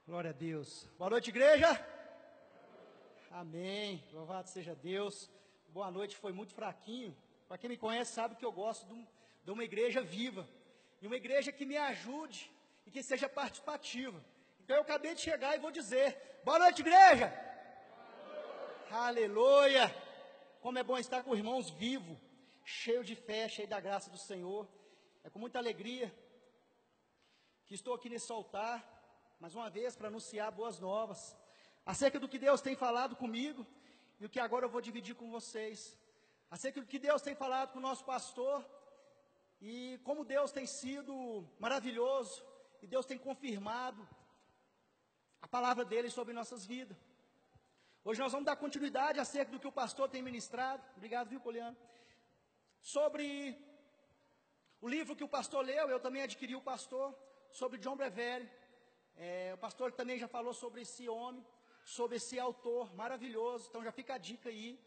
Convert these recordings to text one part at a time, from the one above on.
Glória a Deus. Boa noite, igreja. Amém. Louvado seja Deus. Boa noite, foi muito fraquinho. Para quem me conhece sabe que eu gosto de uma igreja viva. E uma igreja que me ajude e que seja participativa. Então eu acabei de chegar e vou dizer, boa noite, igreja. Aleluia. Como é bom estar com irmãos vivos, cheio de fé, cheio da graça do Senhor. É com muita alegria que estou aqui nesse altar, mais uma vez, para anunciar boas novas, acerca do que Deus tem falado comigo, e o que agora eu vou dividir com vocês, acerca do que Deus tem falado com o nosso pastor, e como Deus tem sido maravilhoso, e Deus tem confirmado a palavra dele sobre nossas vidas. Hoje nós vamos dar continuidade acerca do que o pastor tem ministrado, obrigado, viu, Poliano, sobre o livro que o pastor leu, eu também adquiri o pastor, sobre John Bevere. O pastor também já falou sobre esse homem, sobre esse autor maravilhoso, então já fica a dica aí.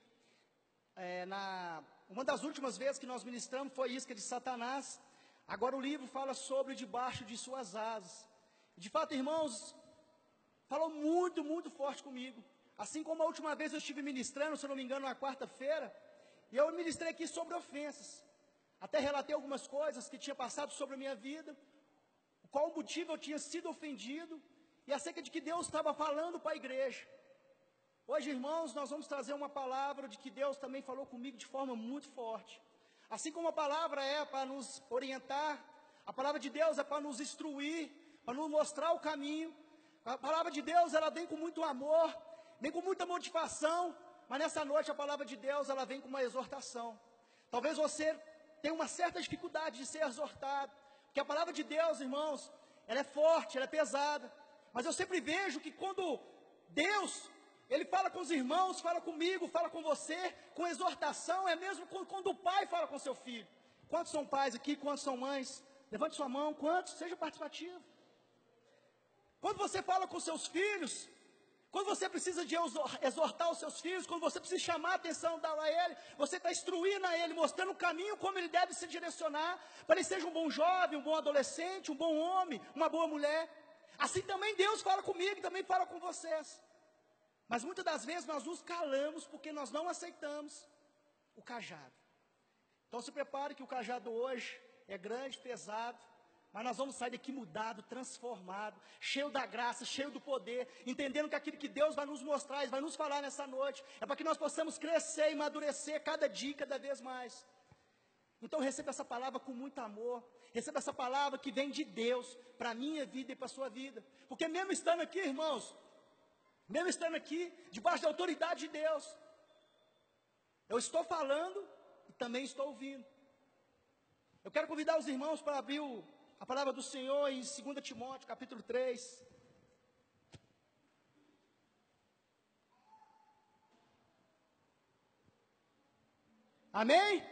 Uma das últimas vezes que nós ministramos foi Isca de Satanás, agora o livro fala sobre Debaixo de Suas Asas. De fato, irmãos, falou muito, muito forte comigo, assim como a última vez eu estive ministrando, se eu não me engano, na quarta-feira, e eu ministrei aqui sobre ofensas, até relatei algumas coisas que tinha passado sobre a minha vida, qual o motivo eu tinha sido ofendido, e acerca de que Deus estava falando para a igreja. Hoje, irmãos, nós vamos trazer uma palavra de que Deus também falou comigo de forma muito forte. Assim como a palavra é para nos orientar, a palavra de Deus é para nos instruir, para nos mostrar o caminho. A palavra de Deus, ela vem com muito amor, vem com muita motivação, mas nessa noite a palavra de Deus, ela vem com uma exortação. Talvez você tenha uma certa dificuldade de ser exortado, porque a palavra de Deus, irmãos, ela é forte, ela é pesada, mas eu sempre vejo que quando Deus, Ele fala com os irmãos, fala comigo, fala com você, com exortação, é mesmo quando o pai fala com seu filho. Quantos são pais aqui, quantos são mães? Levante sua mão, quantos? Seja participativo. Quando você fala com seus filhos, quando você precisa de exortar os seus filhos, quando você precisa chamar a atenção a ele, você está instruindo a ele, mostrando o caminho como ele deve se direcionar, para ele seja um bom jovem, um bom adolescente, um bom homem, uma boa mulher. Assim também Deus fala comigo, também fala com vocês. Mas muitas das vezes nós nos calamos, porque nós não aceitamos o cajado. Então se prepare que o cajado hoje é grande, pesado, mas nós vamos sair daqui mudado, transformado, cheio da graça, cheio do poder, entendendo que aquilo que Deus vai nos mostrar, vai nos falar nessa noite, é para que nós possamos crescer e amadurecer cada dia, cada vez mais. Então receba essa palavra com muito amor, receba essa palavra que vem de Deus, para a minha vida e para a sua vida, porque mesmo estando aqui, irmãos, mesmo estando aqui, debaixo da autoridade de Deus, eu estou falando e também estou ouvindo. Eu quero convidar os irmãos para abrir a palavra do Senhor em 2 Timóteo, capítulo 3. Amém?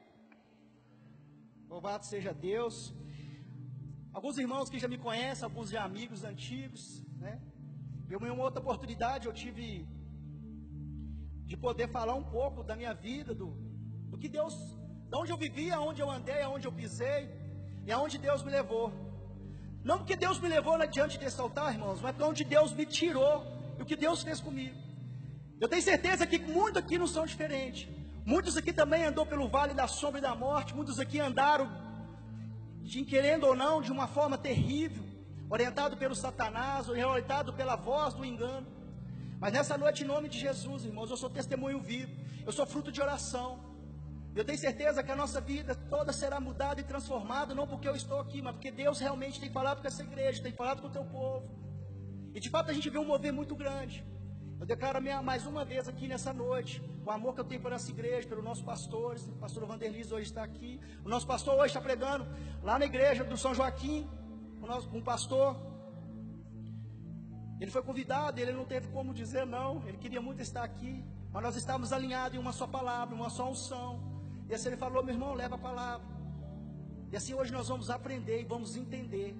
Louvado seja Deus. Alguns irmãos que já me conhecem, alguns já amigos antigos, né? Em uma outra oportunidade eu tive de poder falar um pouco da minha vida, do que Deus, de onde eu vivia, aonde eu andei, aonde eu pisei, e aonde Deus me levou. Não porque Deus me levou diante desse altar, irmãos, mas para onde Deus me tirou e o que Deus fez comigo. Eu tenho certeza que muitos aqui não são diferentes. Muitos aqui também andou pelo vale da sombra e da morte. Muitos aqui andaram, querendo ou não, de uma forma terrível, orientado pelo Satanás, orientado pela voz do engano. Mas nessa noite, em nome de Jesus, irmãos, eu sou testemunho vivo. Eu sou fruto de oração. Eu tenho certeza que a nossa vida toda será mudada e transformada, não porque eu estou aqui, mas porque Deus realmente tem falado com essa igreja, tem falado com o teu povo. E de fato a gente vê um mover muito grande. Eu declaro mais uma vez aqui nessa noite, o amor que eu tenho por essa igreja, pelos nossos pastores. O pastor Vanderlis hoje está aqui. O nosso pastor hoje está pregando lá na igreja do São Joaquim, com o pastor. Ele foi convidado, ele não teve como dizer não, ele queria muito estar aqui. Mas nós estávamos alinhados em uma só palavra, uma só unção. E assim ele falou, meu irmão, leva a palavra. E assim hoje nós vamos aprender e vamos entender.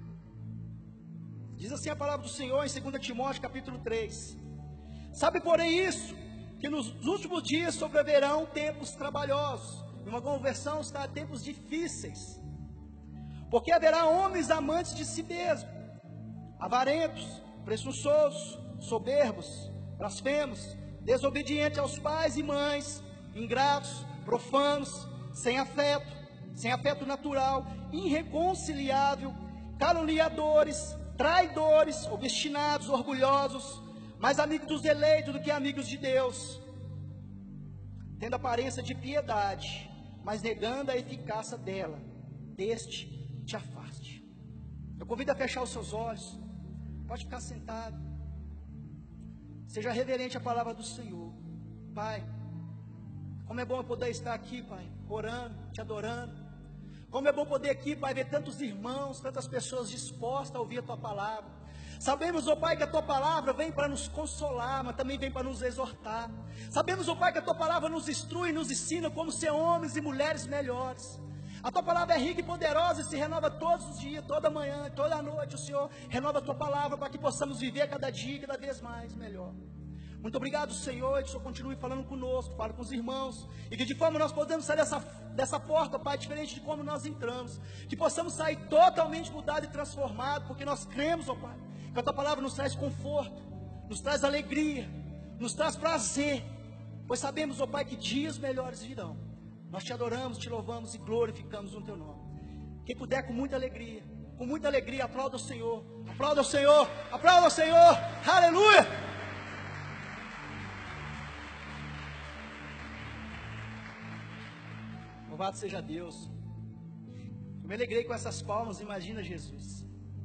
Diz assim a palavra do Senhor em 2 Timóteo capítulo 3. Sabe, porém, isso, que nos últimos dias sobreverão tempos trabalhosos. Em uma conversão está tempos difíceis. Porque haverá homens amantes de si mesmos, avarentos, presunçosos, soberbos, blasfemos, desobedientes aos pais e mães, ingratos, profanos, sem afeto natural, irreconciliável, caluniadores, traidores, obstinados, orgulhosos, mais amigos dos eleitos do que amigos de Deus, tendo aparência de piedade, mas negando a eficácia dela, deste te afaste. Eu convido a fechar os seus olhos, pode ficar sentado, seja reverente à palavra do Senhor. Pai, como é bom eu poder estar aqui, Pai, orando, te adorando. Como é bom poder aqui, Pai, ver tantos irmãos, tantas pessoas dispostas a ouvir a Tua palavra. Sabemos, ó Pai, que a Tua palavra vem para nos consolar, mas também vem para nos exortar. Sabemos, ó Pai, que a Tua palavra nos instrui, nos ensina como ser homens e mulheres melhores. A Tua palavra é rica e poderosa e se renova todos os dias, toda manhã, toda noite. O Senhor renova a Tua palavra para que possamos viver cada dia, cada vez mais melhor. Muito obrigado, Senhor, que o Senhor continue falando conosco, fala com os irmãos, e que de forma nós podemos sair dessa porta, Pai, diferente de como nós entramos, que possamos sair totalmente mudados e transformados, porque nós cremos, ó Pai, que a Tua palavra nos traz conforto, nos traz alegria, nos traz prazer, pois sabemos, ó Pai, que dias melhores virão. Nós te adoramos, te louvamos e glorificamos no Teu nome. Quem puder, com muita alegria, aplauda o Senhor, aplauda o Senhor, aplauda o Senhor, aleluia! Louvado seja Deus. Eu me alegrei com essas palmas, imagina Jesus.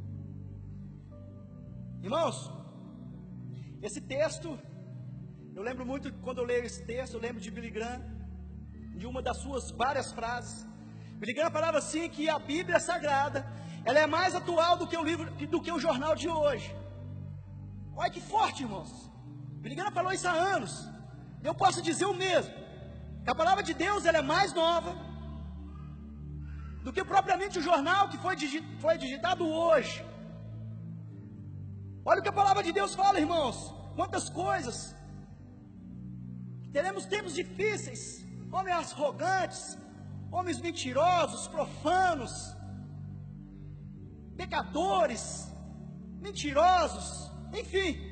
Irmãos, esse texto, eu lembro muito, quando eu leio esse texto, eu lembro de Billy Graham, de uma das suas várias frases. Billy Graham falava assim, que a Bíblia Sagrada, ela é mais atual do que o jornal de hoje. Olha que forte, irmãos. Billy Graham falou isso há anos. Eu posso dizer o mesmo. Que a palavra de Deus, ela é mais nova do que propriamente o jornal que foi digitado hoje. Olha o que a palavra de Deus fala, irmãos. Quantas coisas. Teremos tempos difíceis, homens arrogantes, homens mentirosos, profanos, pecadores, mentirosos, enfim.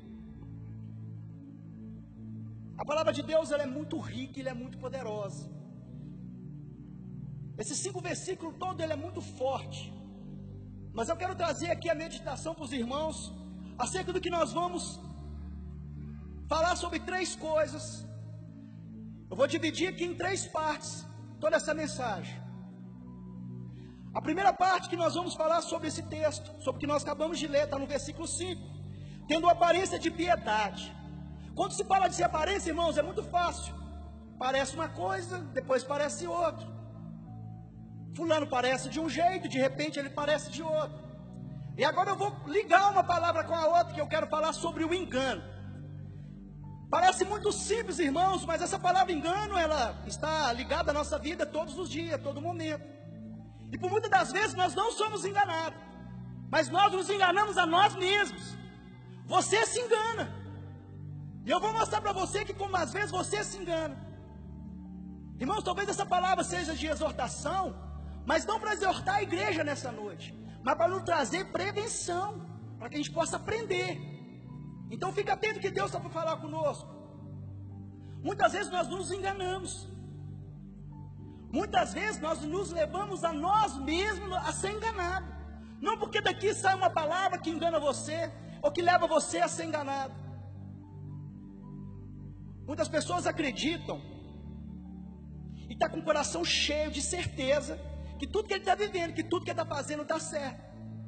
A palavra de Deus, ela é muito rica, ela é muito poderosa. Esses 5 versículos todos, ele é muito forte. Mas eu quero trazer aqui a meditação para os irmãos, acerca do que nós vamos falar sobre 3 coisas. Eu vou dividir aqui em 3 partes, toda essa mensagem. A primeira parte que nós vamos falar sobre esse texto, sobre o que nós acabamos de ler, está no versículo 5. Tendo aparência de piedade. Quando se fala de aparência, irmãos, é muito fácil. Parece uma coisa, depois parece outra. Fulano parece de um jeito, de repente ele parece de outro. E agora eu vou ligar uma palavra com a outra, que eu quero falar sobre o engano. Parece muito simples, irmãos, mas essa palavra engano, ela está ligada à nossa vida todos os dias, a todo momento. E por muitas das vezes nós não somos enganados, mas nós nos enganamos a nós mesmos. Você se engana. E eu vou mostrar para você que como às vezes você se engana. Irmãos, talvez essa palavra seja de exortação, mas não para exortar a igreja nessa noite, mas para nos trazer prevenção, para que a gente possa aprender. Então fica atento que Deus está para falar conosco. Muitas vezes nós nos enganamos. Muitas vezes nós nos levamos a nós mesmos a ser enganados. Não porque daqui sai uma palavra que engana você, ou que leva você a ser enganado. Muitas pessoas acreditam e está com o coração cheio de certeza que tudo que ele está vivendo, que tudo que ele está fazendo está certo.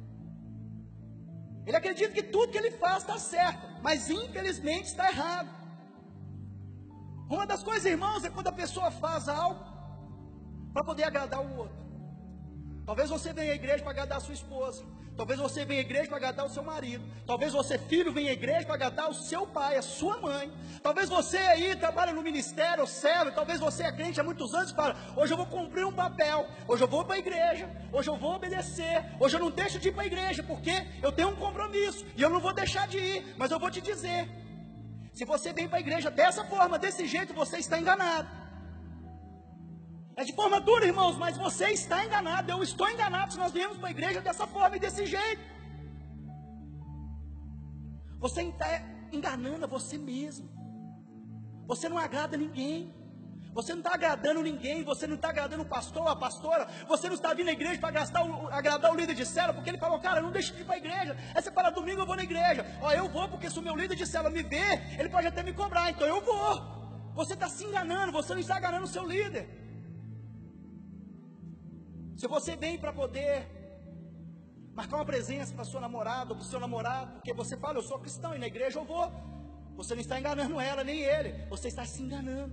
Ele acredita que tudo que ele faz está certo, mas infelizmente está errado. Uma das coisas, irmãos, é quando a pessoa faz algo para poder agradar o outro. Talvez você venha à igreja para agradar a sua esposa. Talvez você venha à igreja para agradar o seu marido. Talvez você, filho, venha à igreja para agradar o seu pai, a sua mãe. Talvez você aí trabalha no ministério, ou serve. Talvez você é crente há muitos anos e fala: hoje eu vou cumprir um papel. Hoje eu vou para a igreja. Hoje eu vou obedecer. Hoje eu não deixo de ir para a igreja, porque eu tenho um compromisso. E eu não vou deixar de ir. Mas eu vou te dizer: se você vem para a igreja dessa forma, desse jeito, você está enganado. É de forma dura, irmãos, mas você está enganado. Eu estou enganado se nós viemos para a igreja dessa forma e desse jeito. você está enganando a você mesmo. Você não agrada ninguém. Você não está agradando ninguém. Você não está agradando o pastor ou a pastora. Você não está vindo à igreja para agradar o líder de célula, porque ele falou, cara, não deixa de ir para a igreja. Aí você fala, domingo eu vou na igreja. Ó, eu vou porque se o meu líder de célula me ver, ele pode até me cobrar, então eu vou. Você está se enganando, você não está enganando o seu líder. Se você vem para poder marcar uma presença para sua namorada ou para o seu namorado, porque você fala, eu sou cristão e na igreja eu vou. Você não está enganando ela, nem ele. Você está se enganando.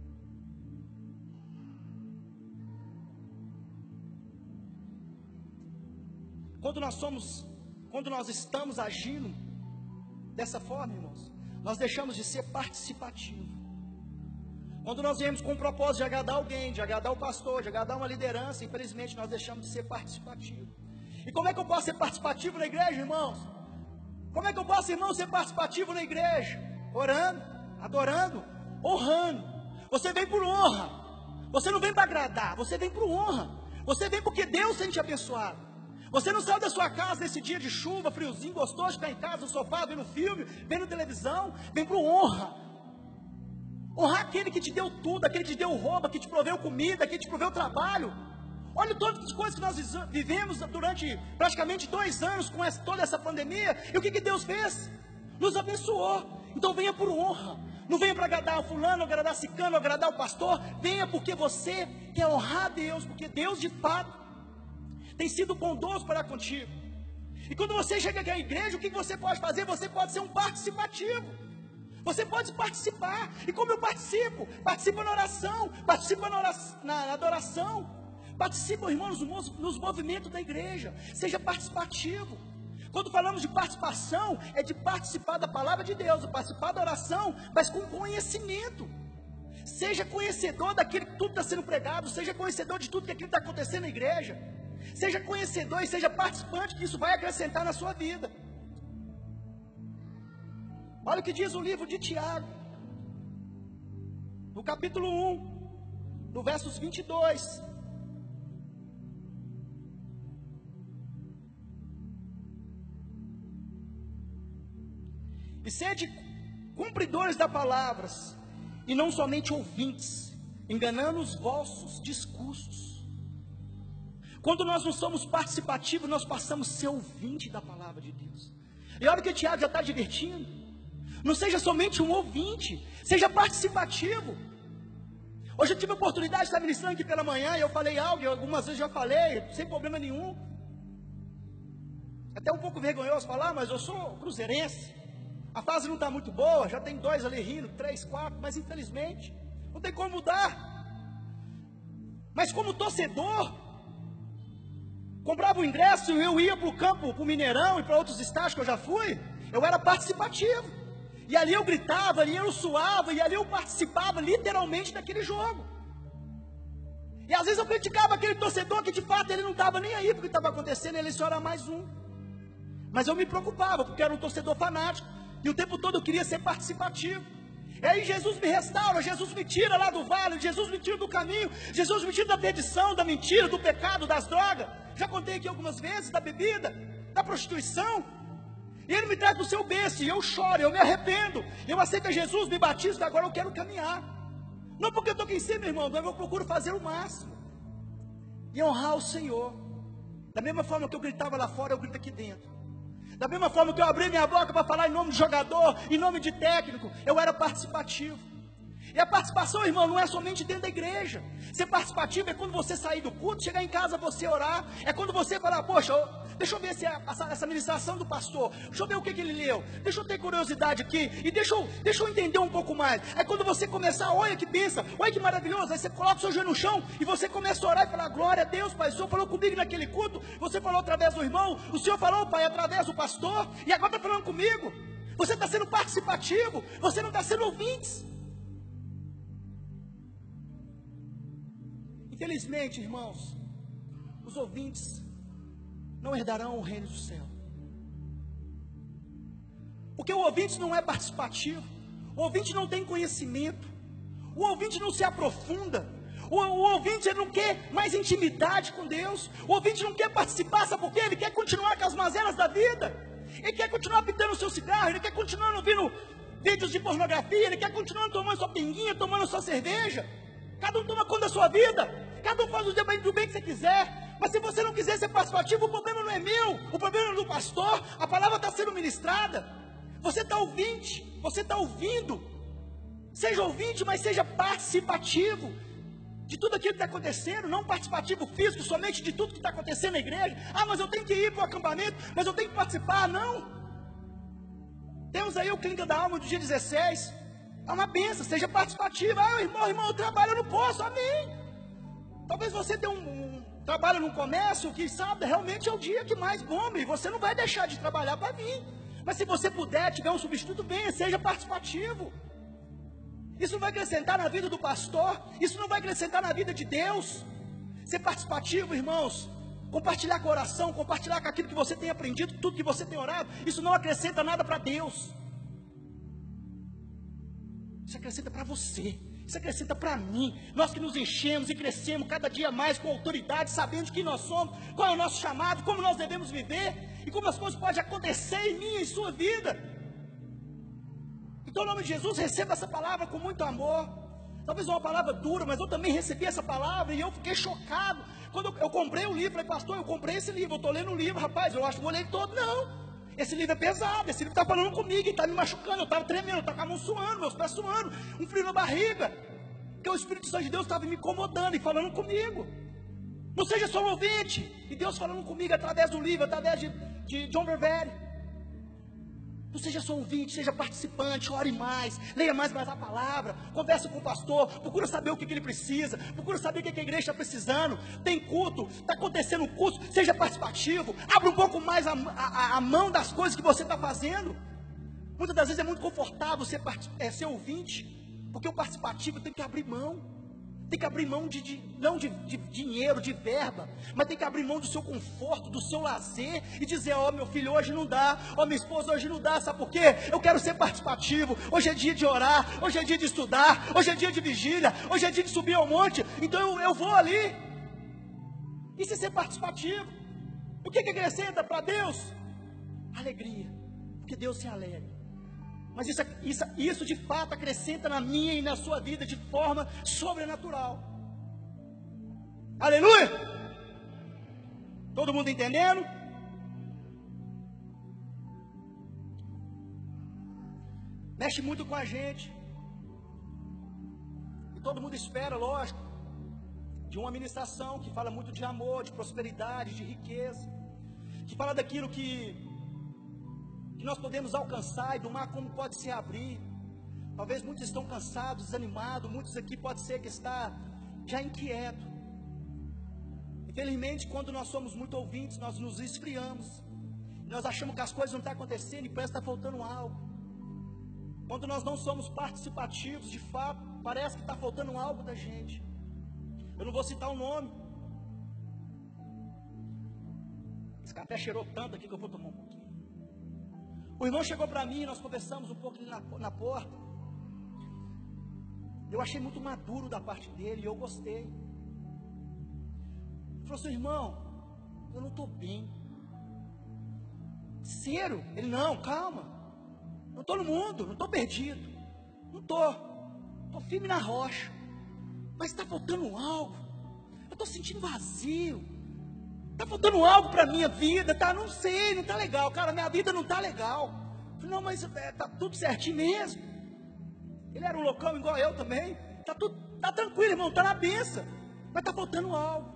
Quando nós estamos agindo dessa forma, irmãos, nós deixamos de ser participativo. Quando nós viemos com o propósito de agradar alguém, de agradar o pastor, de agradar uma liderança, infelizmente nós deixamos de ser participativo. E como é que eu posso ser participativo na igreja, irmãos? Como é que eu posso, irmão, ser participativo na igreja? Orando, adorando, honrando. Você vem por honra. Você não vem para agradar, você vem por honra. Você vem porque Deus tem te abençoado. Você não saiu da sua casa nesse dia de chuva, friozinho, gostoso, ficar em casa, no sofá, vendo filme, vendo televisão. Vem por honra. Honrar aquele que te deu tudo, aquele que te deu roupa, que te proveu comida, que te proveu trabalho. Olha todas as coisas que nós vivemos durante praticamente 2 anos com toda essa pandemia. E o que Deus fez? Nos abençoou. Então venha por honra. Não venha para agradar o fulano, agradar cicano, agradar o pastor. Venha porque você quer honrar a Deus, porque Deus de fato tem sido bondoso para contigo. E quando você chega aqui à igreja, o que você pode fazer? Você pode ser um participativo. Você pode participar. E como eu participo? Participa na oração, participa na adoração, participa, irmãos, nos movimentos da igreja. Seja participativo. Quando falamos de participação, é de participar da palavra de Deus, participar da oração, mas com conhecimento. Seja conhecedor daquilo que tudo está sendo pregado, seja conhecedor de tudo que aquilo está acontecendo na igreja. Seja conhecedor e seja participante, que isso vai acrescentar na sua vida. Olha o que diz o livro de Tiago, no capítulo 1, no versos 22. E sede cumpridores da palavra, e não somente ouvintes, enganando os vossos discursos. Quando nós não somos participativos, nós passamos a ser ouvinte da palavra de Deus. E olha o que o Tiago já está advertindo. Não seja somente um ouvinte, seja participativo. Hoje eu tive a oportunidade de estar ministrando aqui pela manhã, e eu falei algo, e algumas vezes já falei, sem problema nenhum. Até um pouco vergonhoso falar, mas eu sou cruzeirense. A fase não está muito boa, já tem 2 ali rindo, 3, 4, mas infelizmente, não tem como mudar. Mas como torcedor, comprava o ingresso, eu ia para o campo, para o Mineirão e para outros estádios que eu já fui, eu era participativo. E ali eu gritava, ali eu suava, e ali eu participava literalmente daquele jogo. E às vezes eu criticava aquele torcedor que de fato ele não estava nem aí porque estava acontecendo, ele só era mais um. Mas eu me preocupava, porque eu era um torcedor fanático, e o tempo todo eu queria ser participativo. E aí Jesus me restaura, Jesus me tira lá do vale, Jesus me tira do caminho, Jesus me tira da perdição, da mentira, do pecado, das drogas. Já contei aqui algumas vezes, da bebida, da prostituição. E Ele me traz para o seu berço, e eu choro, eu me arrependo, eu aceito Jesus, me batizo, agora eu quero caminhar. Não porque eu estou aqui em cima, irmão, mas eu procuro fazer o máximo. E honrar o Senhor. Da mesma forma que eu gritava lá fora, eu grito aqui dentro. Da mesma forma que eu abri minha boca para falar em nome de jogador, em nome de técnico, eu era participativo. E a participação, irmão, não é somente dentro da igreja. Ser participativo é quando você sair do culto, chegar em casa, você orar. É quando você falar, poxa, deixa eu ver essa ministração do pastor, deixa eu ver o que ele leu, deixa eu ter curiosidade aqui, e deixa eu entender um pouco mais. É quando você começar, olha que benção, olha que maravilhoso, aí você coloca o seu joelho no chão, e você começa a orar e falar, glória a Deus, Pai, o Senhor falou comigo naquele culto, você falou através do irmão, o Senhor falou, Pai, através do pastor, e agora está falando comigo. Você está sendo participativo, você não está sendo ouvintes. Infelizmente, irmãos, os ouvintes não herdarão o reino do céu. Porque o ouvinte não é participativo, o ouvinte não tem conhecimento, o ouvinte não se aprofunda, o ouvinte não quer mais intimidade com Deus, o ouvinte não quer participar, sabe por quê? Ele quer continuar com as mazelas da vida. Ele quer continuar pintando o seu cigarro, ele quer continuar ouvindo vídeos de pornografia, ele quer continuar tomando sua pinguinha, tomando sua cerveja. Cada um toma conta da sua vida, cada um faz o bem que você quiser. Mas se você não quiser ser participativo, o problema não é meu, o problema é do pastor. A palavra está sendo ministrada, você está ouvinte, você está ouvindo. Seja ouvinte, mas seja participativo de tudo aquilo que está acontecendo, não participativo físico, somente de tudo que está acontecendo na igreja. Ah, mas eu tenho que ir para o acampamento, mas eu tenho que participar. Não. Temos aí o Clínica da Alma do dia 16, é uma bênção, seja participativo. Ah, irmão, eu trabalho, eu não posso, amém. Talvez você tenha um trabalho no comércio, que sabe, realmente é o dia que mais bomba, e você não vai deixar de trabalhar para vir. Mas se você puder, tiver um substituto, venha, seja participativo. Isso não vai acrescentar na vida do pastor, isso não vai acrescentar na vida de Deus. Ser participativo, irmãos, compartilhar com a oração, compartilhar com aquilo que você tem aprendido, tudo que você tem orado, isso não acrescenta nada para Deus. Isso acrescenta para você, isso acrescenta para mim. Nós que nos enchemos e crescemos cada dia mais com autoridade, sabendo quem nós somos, qual é o nosso chamado, como nós devemos viver e como as coisas podem acontecer em mim e em sua vida. Então, em nome de Jesus, receba essa palavra com muito amor. Talvez uma palavra dura, mas eu também recebi essa palavra e eu fiquei chocado. Quando eu comprei o livro, falei, pastor, eu comprei esse livro, eu estou lendo o livro, rapaz, eu acho que vou ler ele todo. Não, esse livro é pesado, esse livro está falando comigo, está me machucando, eu estava tremendo, eu estava com a mão suando, meus pés suando, um frio na barriga, porque o Espírito Santo de Deus estava me incomodando e falando comigo. Não seja só um ouvinte, e Deus falando comigo através do livro, através de John Bevere. Não seja só ouvinte, seja participante, ore mais, leia mais a palavra, converse com o pastor, procura saber o que ele precisa, procura saber o que a igreja está precisando. Tem culto, está acontecendo um culto, seja participativo, abra um pouco mais a mão das coisas que você está fazendo. Muitas das vezes é muito confortável ser ouvinte, porque o participativo tem que abrir mão. Tem que abrir mão não de dinheiro, de verba, mas tem que abrir mão do seu conforto, do seu lazer, e dizer, ó, meu filho, hoje não dá, ó, minha esposa, hoje não dá, sabe por quê? Eu quero ser participativo, hoje é dia de orar, hoje é dia de estudar, hoje é dia de vigília, hoje é dia de subir ao monte, então eu vou ali. Isso é ser participativo. O que acrescenta para Deus? Alegria, porque Deus se alegra. Mas isso de fato acrescenta na minha e na sua vida de forma sobrenatural. Aleluia! Todo mundo entendendo? Mexe muito com a gente. E todo mundo espera, lógico, de uma ministração que fala muito de amor, de prosperidade, de riqueza, que fala daquilo que nós podemos alcançar e do mar como pode se abrir. Talvez muitos estão cansados, desanimados, muitos aqui pode ser que está já inquieto. Infelizmente, quando nós somos muito ouvintes, nós nos esfriamos, nós achamos que as coisas não estão acontecendo e parece que está faltando algo. Quando nós não somos participativos, de fato, parece que está faltando algo da gente. Eu não vou citar o nome. Esse café cheirou tanto aqui que eu vou tomar um pouquinho. O irmão chegou para mim, nós conversamos um pouco ali na porta. Eu achei muito maduro da parte dele e eu gostei. Ele falou assim, irmão, eu não estou bem. Sério? Ele, não, calma. Não estou no mundo, não estou perdido. Não estou. Estou firme na rocha. Mas está faltando algo. Eu estou sentindo vazio. Está faltando algo para a minha vida, tá? Não sei, não está legal, cara, minha vida não está legal. Eu falei, não, mas está tudo certinho mesmo. Ele era um loucão igual eu também. Está tranquilo, irmão, está na benção. Mas está faltando algo.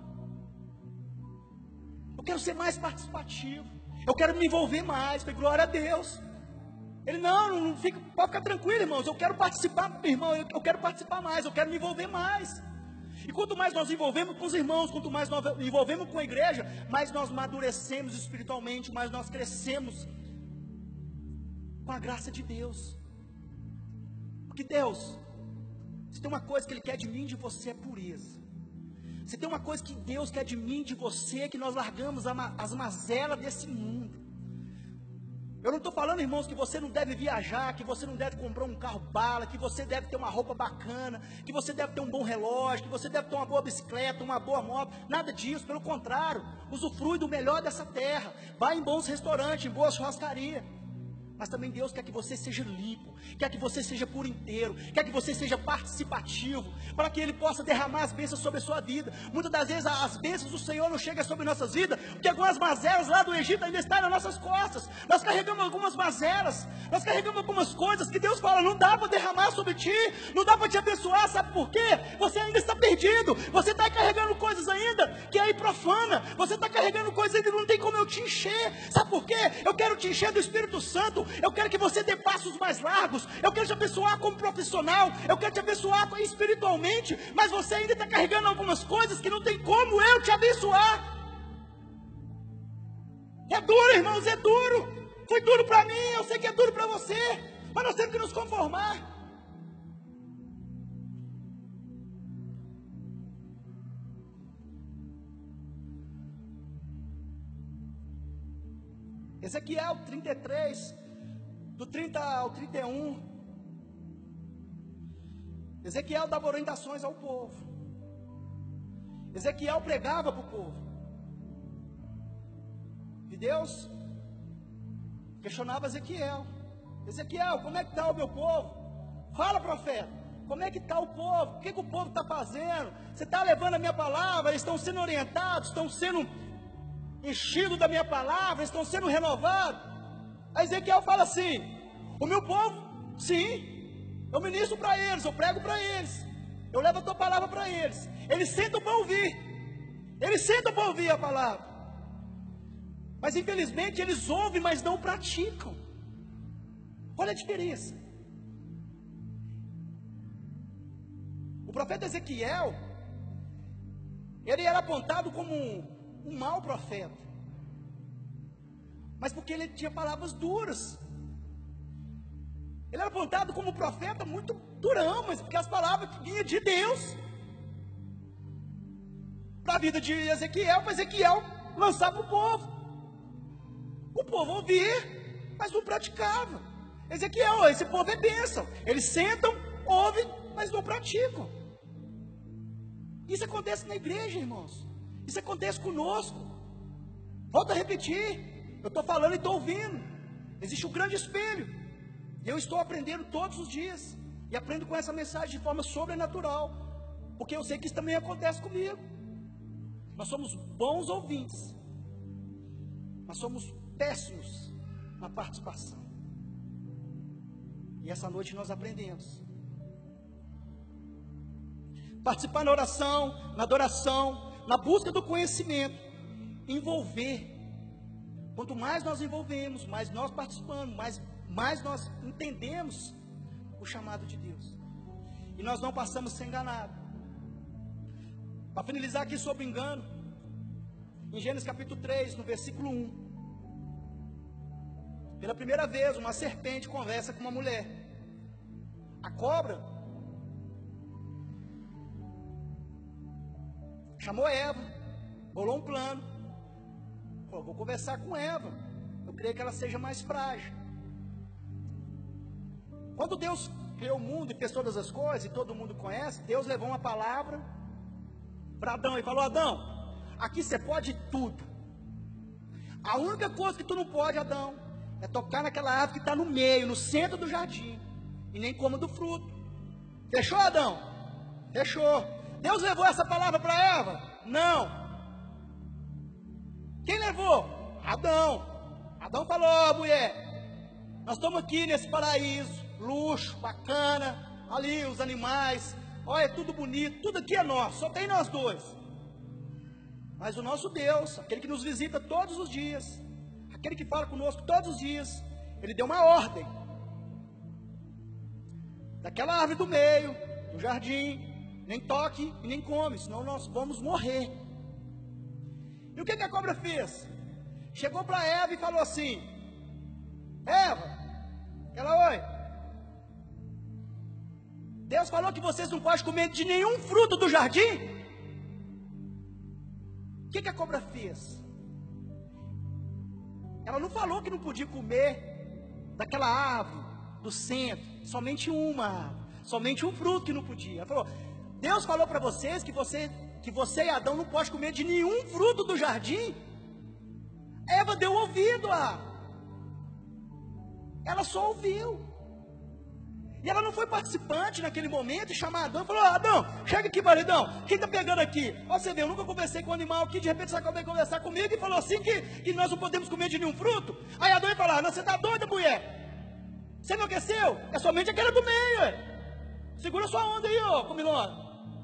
Eu quero ser mais participativo. Eu quero me envolver mais, foi glória a Deus. Ele, não fica, pode ficar tranquilo, irmãos, eu quero participar, irmão, eu quero participar mais, eu quero me envolver mais. E quanto mais nós envolvemos com os irmãos, quanto mais nós envolvemos com a igreja, mais nós amadurecemos espiritualmente, mais nós crescemos com a graça de Deus. Porque Deus, se tem uma coisa que Ele quer de mim e de você é pureza. Se tem uma coisa que Deus quer de mim e de você, é que nós largamos as mazelas desse mundo. Eu não estou falando, irmãos, que você não deve viajar, que você não deve comprar um carro bala, que você deve ter uma roupa bacana, que você deve ter um bom relógio, que você deve ter uma boa bicicleta, uma boa moto, nada disso, pelo contrário, usufrui do melhor dessa terra, vai em bons restaurantes, em boas churrascarias. Mas também Deus quer que você seja limpo, quer que você seja por inteiro, quer que você seja participativo, para que Ele possa derramar as bênçãos sobre a sua vida. Muitas das vezes as bênçãos do Senhor não chegam sobre nossas vidas, porque algumas mazelas lá do Egito ainda estão nas nossas costas. Nós carregamos algumas mazelas, nós carregamos algumas coisas que Deus fala, não dá para derramar sobre ti, não dá para te abençoar, sabe por quê? Você ainda está perdido, você está carregando coisas ainda que aí profana, você está carregando coisas ainda que não tem como eu te encher, sabe por quê? Eu quero te encher do Espírito Santo, eu quero que você dê passos mais largos, eu quero te abençoar como profissional, eu quero te abençoar espiritualmente, mas você ainda está carregando algumas coisas que não tem como eu te abençoar. É duro, irmãos, é duro, foi duro para mim, eu sei que é duro para você, mas nós temos que nos conformar. Ezequiel 33, do 30 ao 31, Ezequiel dava orientações ao povo, Ezequiel pregava para o povo, e Deus questionava Ezequiel, como é que está o meu povo? Fala, profeta, como é que está o povo? O que o povo está fazendo? Você está levando a minha palavra? Eles estão sendo orientados, estão sendo enchidos da minha palavra, estão sendo renovados? Aí Ezequiel fala assim, o meu povo, sim, eu ministro para eles, eu prego para eles, eu levo a tua palavra para eles, eles sentam para ouvir a palavra, mas infelizmente eles ouvem, mas não praticam. Olha a diferença. O profeta Ezequiel, ele era apontado como um mau profeta, mas porque ele tinha palavras duras. Ele era apontado como um profeta muito durão, mas porque as palavras vinham de Deus para a vida de Ezequiel, para Ezequiel lançar para o povo. O povo ouvia, mas não praticava. Ezequiel, esse povo é bênção. Eles sentam, ouvem, mas não praticam. Isso acontece na igreja, irmãos. Isso acontece conosco. Volto a repetir. Eu estou falando e estou ouvindo. Existe um grande espelho. E eu estou aprendendo todos os dias. E aprendo com essa mensagem de forma sobrenatural. Porque eu sei que isso também acontece comigo. Nós somos bons ouvintes. Nós somos péssimos na participação. E essa noite nós aprendemos. Participar na oração, na adoração, na busca do conhecimento. Envolver. Quanto mais nós envolvemos, mais nós participamos, mais nós entendemos o chamado de Deus. E nós não passamos a ser enganados. Para finalizar aqui sobre engano, em Gênesis capítulo 3, no versículo 1. Pela primeira vez, uma serpente conversa com uma mulher. A cobra chamou Eva, bolou um plano. Falou, vou conversar com Eva. Eu creio que ela seja mais frágil. Quando Deus criou o mundo e fez todas as coisas, e todo mundo conhece, Deus levou uma palavra para Adão e falou, Adão, aqui você pode tudo. A única coisa que tu não pode, Adão, é tocar naquela árvore que está no meio, no centro do jardim, e nem coma do fruto. Fechou, Adão? Fechou. Deus levou essa palavra para Eva? Não. Quem levou? Adão. Adão falou, mulher, nós estamos aqui nesse paraíso, luxo, bacana, ali os animais, olha, tudo bonito, tudo aqui é nosso, só tem nós dois. Mas o nosso Deus, aquele que nos visita todos os dias, aquele que fala conosco todos os dias, Ele deu uma ordem. Daquela árvore do meio, do jardim, nem toque e nem come, senão nós vamos morrer. E o que a cobra fez? Chegou para Eva e falou assim, Eva, oi, Deus falou que vocês não podem comer de nenhum fruto do jardim? O que a cobra fez? Ela não falou que não podia comer daquela árvore do centro, somente uma árvore, somente um fruto que não podia. Ela falou, Deus falou para vocês que você e Adão não pode comer de nenhum fruto do jardim. Eva deu ouvido ela só ouviu. E ela não foi participante naquele momento e chamar Adão e falou, Adão, chega aqui, maridão, quem está pegando aqui? Ó, você vê, eu nunca conversei com um animal aqui, de repente você acabou de conversar comigo e falou assim que nós não podemos comer de nenhum fruto. Aí Adão ia falar, não, você está doida, mulher? Você enlouqueceu? É somente aquela do meio, segura sua onda aí, ó, comilona.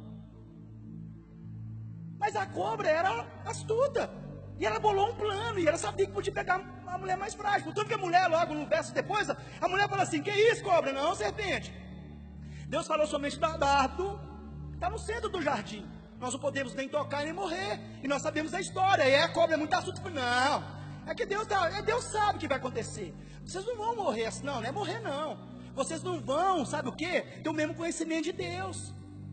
Mas a cobra era astuta, e ela bolou um plano, e ela sabia que podia pegar a mulher mais frágil. Portanto que a mulher, logo no verso depois, a mulher fala assim, que isso, cobra? Não, serpente. Deus falou somente da árvore, está no centro do jardim. Nós não podemos nem tocar nem morrer. E nós sabemos a história. E a cobra é muito astuta. Não, é que Deus sabe o que vai acontecer. Vocês não vão morrer assim, não é morrer não. Vocês não vão, sabe o quê? Ter o mesmo conhecimento de Deus.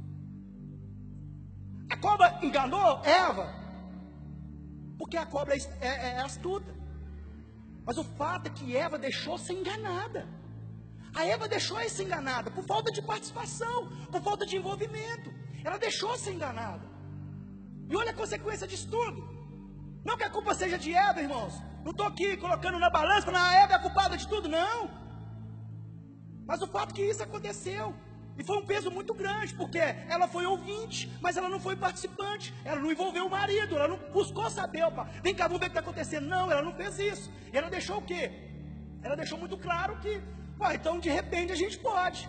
A cobra enganou Eva, porque a cobra é astuta. Mas o fato é que Eva deixou ser enganada. A Eva deixou ser enganada por falta de participação, por falta de envolvimento. Ela deixou ser enganada. E olha a consequência disso tudo. Não que a culpa seja de Eva, irmãos. Não estou aqui colocando na balança, falando, a Eva é a culpada de tudo, não. Mas o fato é que isso aconteceu. E foi um peso muito grande, porque ela foi ouvinte, mas ela não foi participante. Ela não envolveu o marido, ela não buscou saber, opa, vem cá, vamos ver o que está acontecendo. Não, ela não fez isso. E ela deixou o quê? Ela deixou muito claro que, então de repente a gente pode.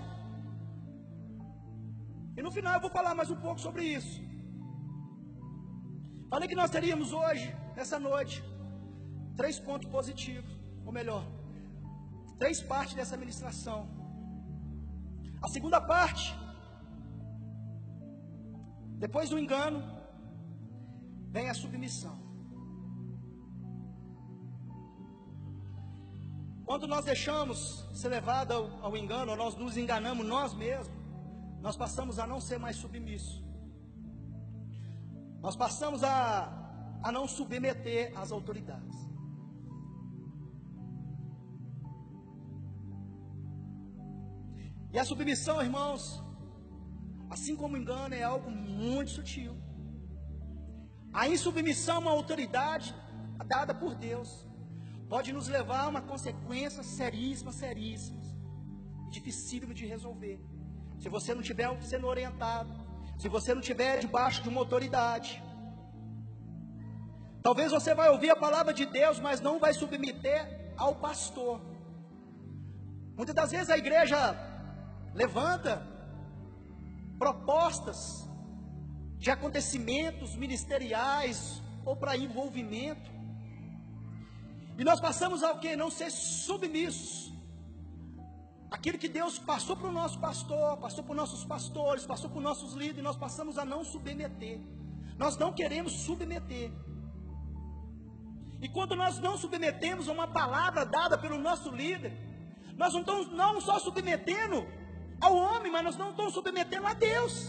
E no final eu vou falar mais um pouco sobre isso. Falei que nós teríamos hoje, nessa noite, 3 pontos positivos, ou melhor, 3 partes dessa ministração. A segunda parte, depois do engano, vem a submissão. Quando nós deixamos ser levado ao engano, ou nós nos enganamos nós mesmos, nós passamos a não ser mais submissos. Nós passamos a não submeter às autoridades. E a submissão, irmãos, assim como o engano, é algo muito sutil. A insubmissão a uma autoridade dada por Deus pode nos levar a uma consequência seríssima, dificílima de resolver. Se você não estiver sendo orientado, se você não estiver debaixo de uma autoridade, talvez você vai ouvir a palavra de Deus, mas não vai submeter ao pastor. Muitas das vezes a igreja levanta propostas de acontecimentos ministeriais ou para envolvimento, e nós passamos a não ser submissos. Aquilo que Deus passou para o nosso pastor, passou para os nossos pastores, passou para os nossos líderes, nós passamos a não submeter. Nós não queremos submeter. E quando nós não submetemos a uma palavra dada pelo nosso líder, nós não estamos não só submetendo ao homem, mas nós não estamos submetendo a Deus.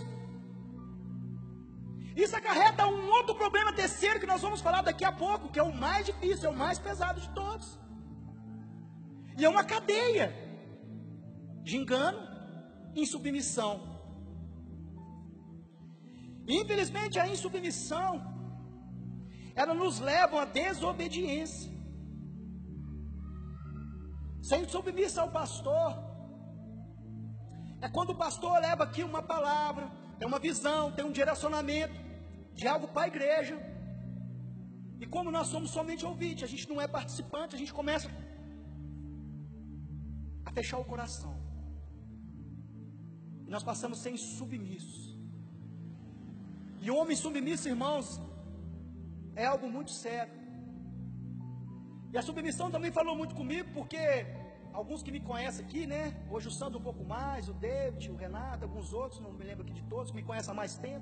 Isso acarreta um outro problema terceiro que nós vamos falar daqui a pouco, que é o mais difícil, é o mais pesado de todos. E é uma cadeia de engano e insubmissão. E infelizmente a insubmissão, ela nos leva à desobediência. Sem submissão ao pastor, é quando o pastor leva aqui uma palavra, tem uma visão, tem um direcionamento de algo para a igreja, e como nós somos somente ouvintes, a gente não é participante, a gente começa a fechar o coração, e nós passamos a ser submissos. E o homem submisso, irmãos, é algo muito sério. E a submissão também falou muito comigo, porque alguns que me conhecem aqui, né? Hoje o Sandro um pouco mais, o David, o Renato, alguns outros, não me lembro aqui de todos, que me conhecem há mais tempo.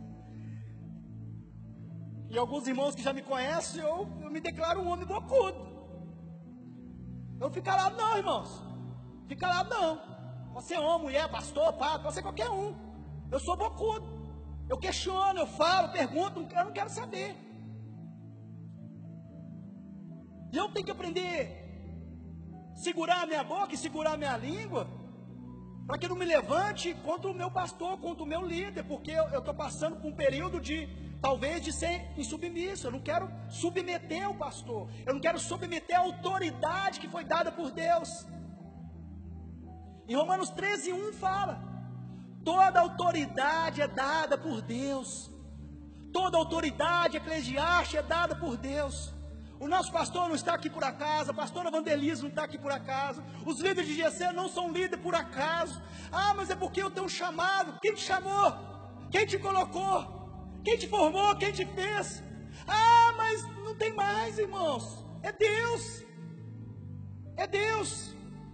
E alguns irmãos que já me conhecem, eu me declaro um homem bocudo. Eu fico calado não, irmãos. Fico calado não. Pode ser homem, mulher, pastor, padre, pode ser qualquer um. Eu sou bocudo. Eu questiono, eu falo, pergunto, eu não quero saber. E eu tenho que aprender segurar a minha boca e segurar a minha língua, para que não me levante contra o meu pastor, contra o meu líder, porque eu estou passando por um período talvez de ser insubmisso. Eu não quero submeter o pastor, eu não quero submeter a autoridade que foi dada por Deus. Em Romanos 13:1 fala: toda autoridade é dada por Deus, toda autoridade eclesiástica é dada por Deus. O nosso pastor não está aqui por acaso, a pastora Vandelisa não está aqui por acaso, os líderes de GC não são líderes por acaso. Mas é porque eu tenho um chamado. Quem te chamou? Quem te colocou? Quem te formou? Quem te fez? Mas não tem mais, irmãos. É Deus. É Deus.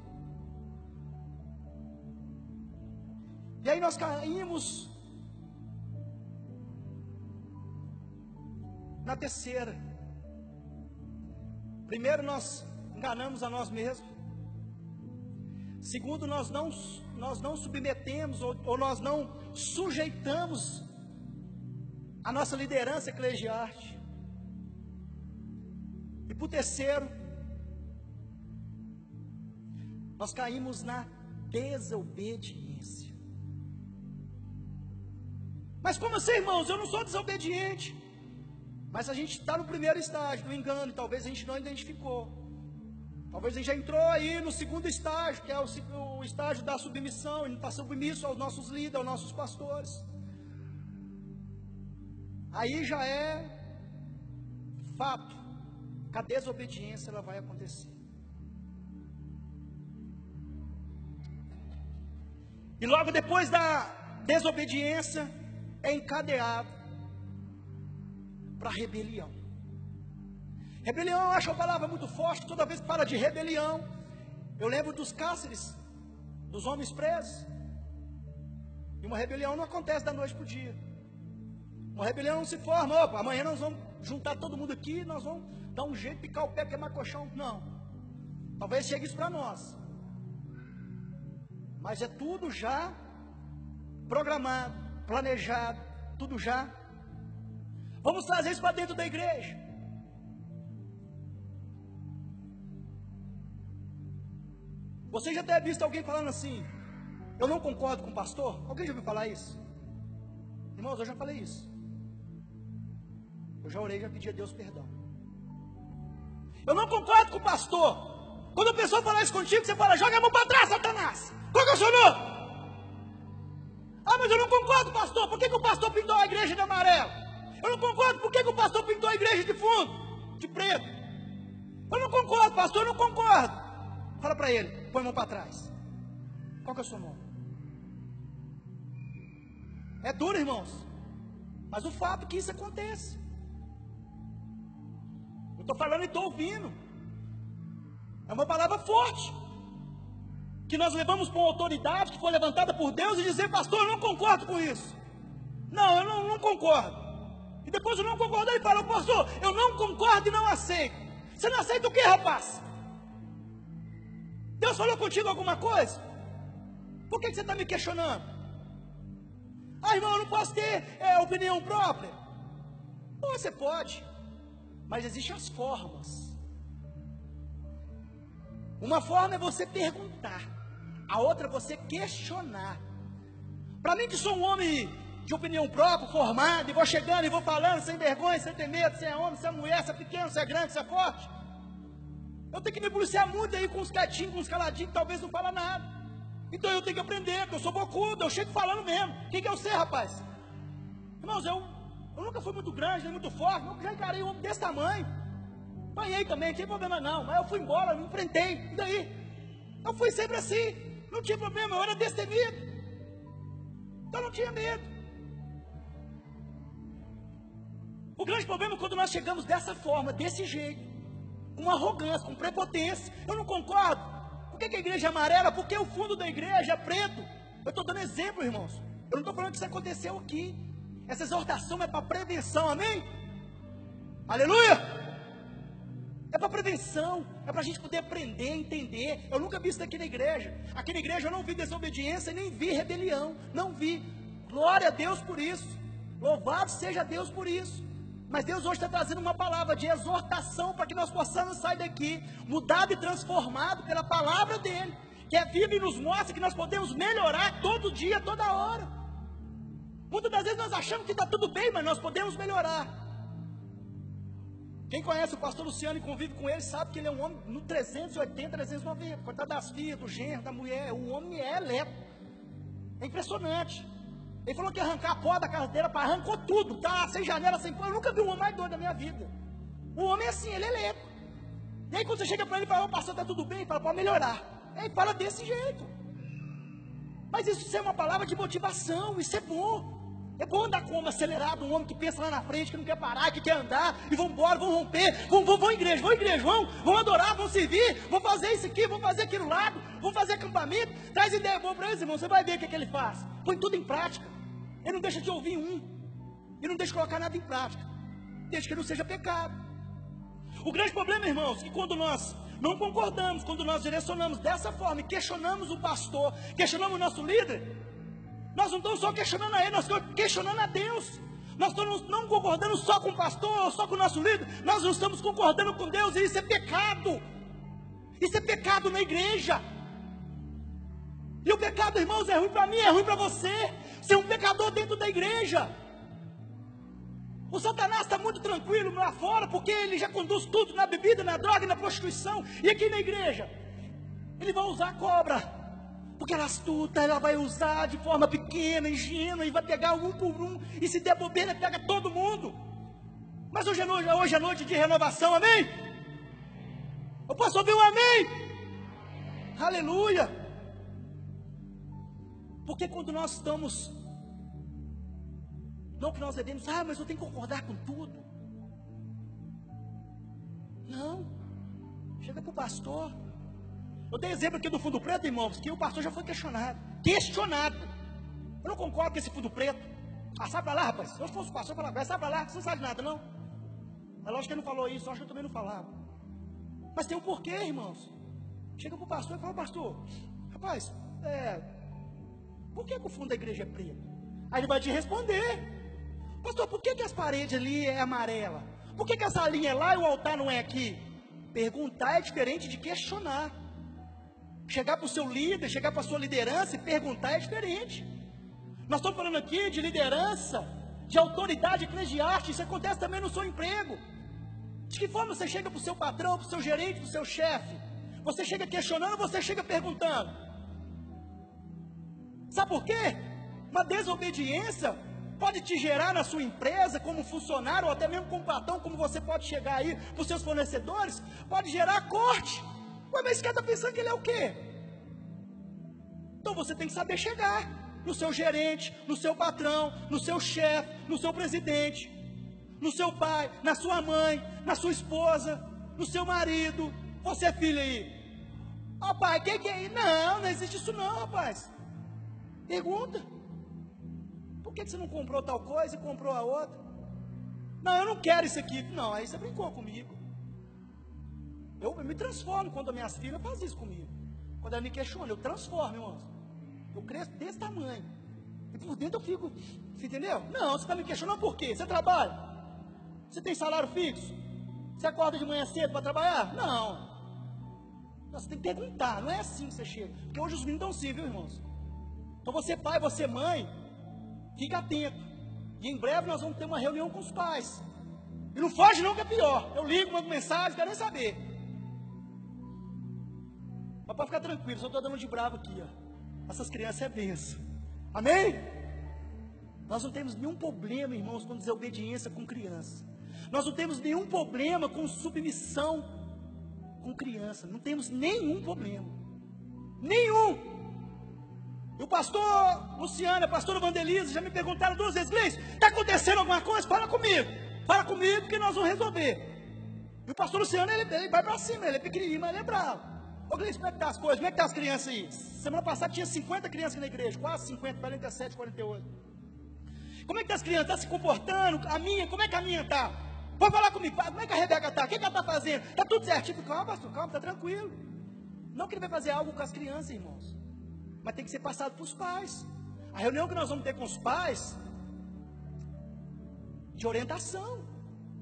E aí nós caímos na terceira. Primeiro, nós enganamos a nós mesmos. Segundo, nós não submetemos ou nós não sujeitamos a nossa liderança eclesiástica. E por terceiro, nós caímos na desobediência. Mas como assim, irmãos? Eu não sou desobediente. Mas a gente está no primeiro estágio do engano, e talvez a gente não identificou. Talvez a gente já entrou aí no segundo estágio, que é o estágio da submissão, e não está submisso aos nossos líderes, aos nossos pastores. Aí já é fato que a desobediência ela vai acontecer. E logo depois da desobediência é encadeado para rebelião. Rebelião, eu acho a palavra muito forte. Toda vez que fala de rebelião, eu lembro dos cárceres, dos homens presos. E uma rebelião não acontece da noite para o dia. Uma rebelião não se forma: amanhã nós vamos juntar todo mundo aqui, nós vamos dar um jeito, picar o pé, queimar colchão. Não. Talvez chegue isso para nós. Mas é tudo já programado, planejado, tudo já. Vamos trazer isso para dentro da igreja. Você já deve visto alguém falando assim: eu não concordo com o pastor? Alguém já ouviu falar isso? Irmãos, eu já falei isso. Eu já orei, já pedi a Deus perdão. Eu não concordo com o pastor. Quando a pessoa falar isso contigo, você fala: joga a mão para trás, Satanás. Qual que é o seu nome? Mas eu não concordo, pastor. Por que o pastor pintou a igreja de amarelo? Eu não concordo. Por que o pastor pintou a igreja de fundo, de preto? Eu não concordo, pastor, eu não concordo. Fala para ele: põe a mão para trás. Qual que é o seu nome? É duro, irmãos, mas o fato é que isso acontece. Eu estou falando e estou ouvindo. É uma palavra forte, que nós levamos para uma autoridade que foi levantada por Deus e dizer: pastor, eu não concordo com isso. Não, eu não concordo. E depois eu não concordo, ele fala: pastor, eu não concordo e não aceito. Você não aceita o que, rapaz? Deus falou contigo alguma coisa? Por que você está me questionando? Irmão, eu não posso ter opinião própria. Você pode, mas existem as formas. Uma forma é você perguntar, a outra é você questionar. Para mim, que sou um homem de opinião própria, formado, e vou chegando e vou falando sem vergonha, sem ter medo, se é homem, se é mulher, se é pequeno, se é grande, se é forte, eu tenho que me policiar muito aí com os quietinhos, com os caladinhos, que talvez não fala nada. Então eu tenho que aprender, porque eu sou bocudo, eu chego falando mesmo. Quem que é você, rapaz? Irmãos, eu nunca fui muito grande, nem muito forte, eu já encarei um homem desse tamanho. Apanhei também, não tinha problema não, mas eu fui embora, me enfrentei. E daí? Eu fui sempre assim, não tinha problema, eu era destemido. Então eu não tinha medo. O grande problema é quando nós chegamos dessa forma, desse jeito, com arrogância, com prepotência. Eu não concordo. Por que a igreja é amarela? Porque o fundo da igreja é preto. Eu estou dando exemplo, irmãos. Eu não estou falando que isso aconteceu aqui. Essa exortação é para prevenção, amém? Aleluia! É para prevenção, é para a gente poder aprender, entender. Eu nunca vi isso aqui na igreja. Aqui na igreja eu não vi desobediência, nem vi rebelião. Não vi. Glória a Deus por isso. Louvado seja Deus por isso. Mas Deus hoje está trazendo uma palavra de exortação para que nós possamos sair daqui, mudado e transformado pela palavra dEle, que é viva e nos mostra que nós podemos melhorar todo dia, toda hora. Muitas das vezes nós achamos que está tudo bem, mas nós podemos melhorar. Quem conhece o pastor Luciano e convive com ele, sabe que ele é um homem no 380, 390, coitado das filhas, do genro, da mulher, o homem é elétrico. É impressionante. Ele falou que ia arrancar a porta da cadeira, arrancou tudo, tá? Sem janela, sem porta. Eu nunca vi um homem mais doido da minha vida. O homem é assim, ele é elétrico. E aí quando você chega para ele e fala, pastor, está tudo bem? Ele fala, pode melhorar. Aí ele fala desse jeito. Mas isso é uma palavra de motivação, isso é bom. É bom andar com um homem acelerado, um homem que pensa lá na frente, que não quer parar, que quer andar, e vão embora, vão romper, vão à igreja, vão adorar, vão servir, vão fazer isso aqui, vão fazer aquilo lá, vão fazer acampamento, traz ideia boa para eles, irmão, você vai ver o que ele faz. Põe tudo em prática. Ele não deixa de ouvir e não deixa de colocar nada em prática, desde que não seja pecado. O grande problema, irmãos, é que quando nós não concordamos, quando nós direcionamos dessa forma e questionamos o pastor, questionamos o nosso líder, nós não estamos só questionando a ele, nós estamos questionando a Deus. Nós estamos não concordando só com o pastor, só com o nosso líder, nós não estamos concordando com Deus, e isso é pecado. Isso é pecado na igreja. E o pecado, irmãos, é ruim para mim, é ruim para você, ser um pecador dentro da igreja. O Satanás está muito tranquilo lá fora, porque ele já conduz tudo na bebida, na droga, na prostituição. E aqui na igreja, ele vai usar a cobra, porque ela é astuta, ela vai usar de forma pequena, ingênua, e vai pegar um por um, e se der bobeira, pega todo mundo. Mas hoje é noite de renovação, amém? Eu posso ouvir um amém? Aleluia! Porque quando nós estamos, não que nós devemos, mas eu tenho que concordar com tudo. Não, chega para o pastor. Eu dei exemplo aqui do fundo preto, irmãos, que o pastor já foi questionado. Eu não concordo com esse fundo preto. Sai para lá, rapaz. Se eu fosse o pastor, eu falava, sai para lá, você não sabe nada, não. É lógico que ele não falou isso, acho que eu também não falava. Mas tem um porquê, irmãos. Chega para o pastor e fala, pastor, rapaz, por que o fundo da igreja é preto? Aí ele vai te responder. Pastor, por que as paredes ali é amarela? Por que essa linha é lá e o altar não é aqui? Perguntar é diferente de questionar. Chegar para o seu líder, chegar para a sua liderança e perguntar é diferente. Nós estamos falando aqui de liderança, de autoridade eclesiástica. Isso acontece também no seu emprego. De que forma você chega para o seu patrão, para o seu gerente, para o seu chefe? Você chega questionando ou você chega perguntando? Sabe por quê? Uma desobediência pode te gerar na sua empresa, como funcionário, ou até mesmo como patrão, como você pode chegar aí para os seus fornecedores, pode gerar corte. Ué, mas esse cara está pensando que ele é o quê? Então você tem que saber chegar no seu gerente, no seu patrão, no seu chefe, no seu presidente, no seu pai, na sua mãe, na sua esposa, no seu marido. Você é filho aí? Pai, que é isso? Não existe isso não, rapaz. Pergunta. Por que você não comprou tal coisa e comprou a outra? Não, eu não quero isso aqui. Não, aí você brincou comigo. Eu me transformo quando as minhas filhas fazem isso comigo. Quando ela me questiona, eu transformo, irmãos. Eu cresço desse tamanho. E por dentro eu fico, você entendeu? Não, você está me questionando por quê? Você trabalha? Você tem salário fixo? Você acorda de manhã cedo para trabalhar? Não. Você tem que perguntar, não é assim que você chega. Porque hoje os meninos estão assim, viu, irmãos? Então você pai, você mãe, fica atento. E em breve nós vamos ter uma reunião com os pais. E não foge não, que é pior. Eu ligo, mando mensagem, quero nem saber. Mas pode ficar tranquilo, só estou dando de bravo aqui, ó. Essas crianças é benção. Amém? Nós não temos nenhum problema, irmãos, com desobediência com crianças. Nós não temos nenhum problema com submissão com criança. Não temos nenhum problema. Nenhum. E o pastor Luciano, a pastora Vandelisa já me perguntaram 2 vezes, Gleice, está acontecendo alguma coisa? Fala comigo que nós vamos resolver. E o pastor Luciano, ele vai para cima, ele é pequenininho, mas ele é bravo. Ô Gleice, como é que tá as coisas? Como é que tá as crianças aí? Semana passada tinha 50 crianças aqui na igreja, quase 50, 47, 48. Como é que tá as crianças? Está se comportando? A minha, como é que a minha está? Pode falar comigo, como é que a Rebeca está? O que ela está fazendo? Está tudo certinho? Calma, pastor, calma, está tranquilo. Não que ele vai fazer algo com as crianças, irmãos, mas tem que ser passado para os pais. A reunião que nós vamos ter com os pais, de orientação.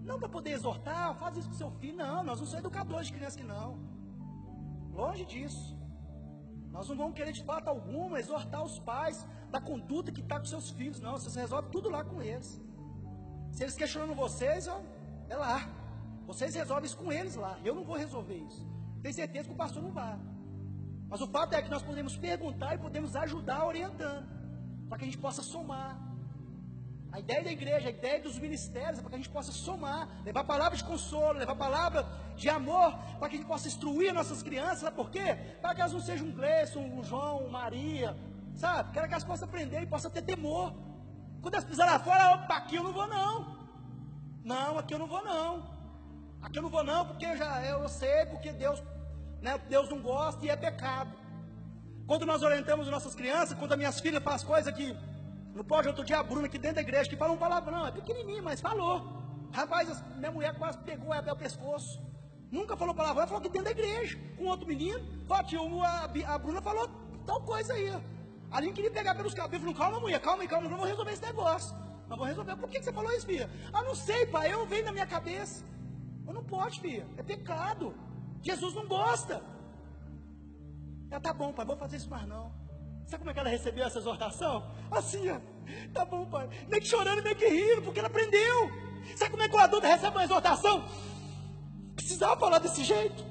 Não para poder exortar, faz isso com seu filho, não. Nós não somos educadores de criança que não. Longe disso. Nós não vamos querer de fato alguma exortar os pais da conduta que está com seus filhos, não. Vocês resolvem tudo lá com eles. Se eles questionam vocês, ó, é lá. Vocês resolvem isso com eles lá. Eu não vou resolver isso. Tenho certeza que o pastor não vai. Mas o fato é que nós podemos perguntar e podemos ajudar orientando, para que a gente possa somar. A ideia da igreja, a ideia dos ministérios é para que a gente possa somar, levar palavra de consolo, levar palavra de amor, para que a gente possa instruir nossas crianças. Sabe por quê? Para que elas não sejam um Gleison, um João, um Maria, sabe? Quero que elas possam aprender e possam ter temor. Quando elas pisarem lá fora, opa, aqui eu não vou não. Não, aqui eu não vou não. Aqui eu não vou não, porque eu sei, porque Deus, né, Deus não gosta e é pecado. Quando nós orientamos as nossas crianças, quando as minhas filhas fazem coisa que não pode, outro dia a Bruna aqui dentro da igreja, que fala um palavrão, é pequenininho, mas falou. Rapaz, minha mulher quase pegou ela pelo pescoço. Nunca falou palavrão, ela falou aqui dentro da igreja, com outro menino. Falou, a Bruna falou tal coisa aí. A Aline queria pegar pelos cabelos, falou, calma mulher, calma aí, não vamos resolver esse negócio. Nós vamos resolver. Por que você falou isso, filha? Ah, não sei, pai, eu venho na minha cabeça. Eu não pode, filha, é pecado. Jesus não gosta. Ela, tá bom, pai, vou fazer isso mais não. Sabe como é que ela recebeu essa exortação? Assim, ó, tá bom, pai, nem que chorando, nem que rindo, porque ela aprendeu. Sabe como é que o adulto recebe uma exortação? Precisava falar desse jeito.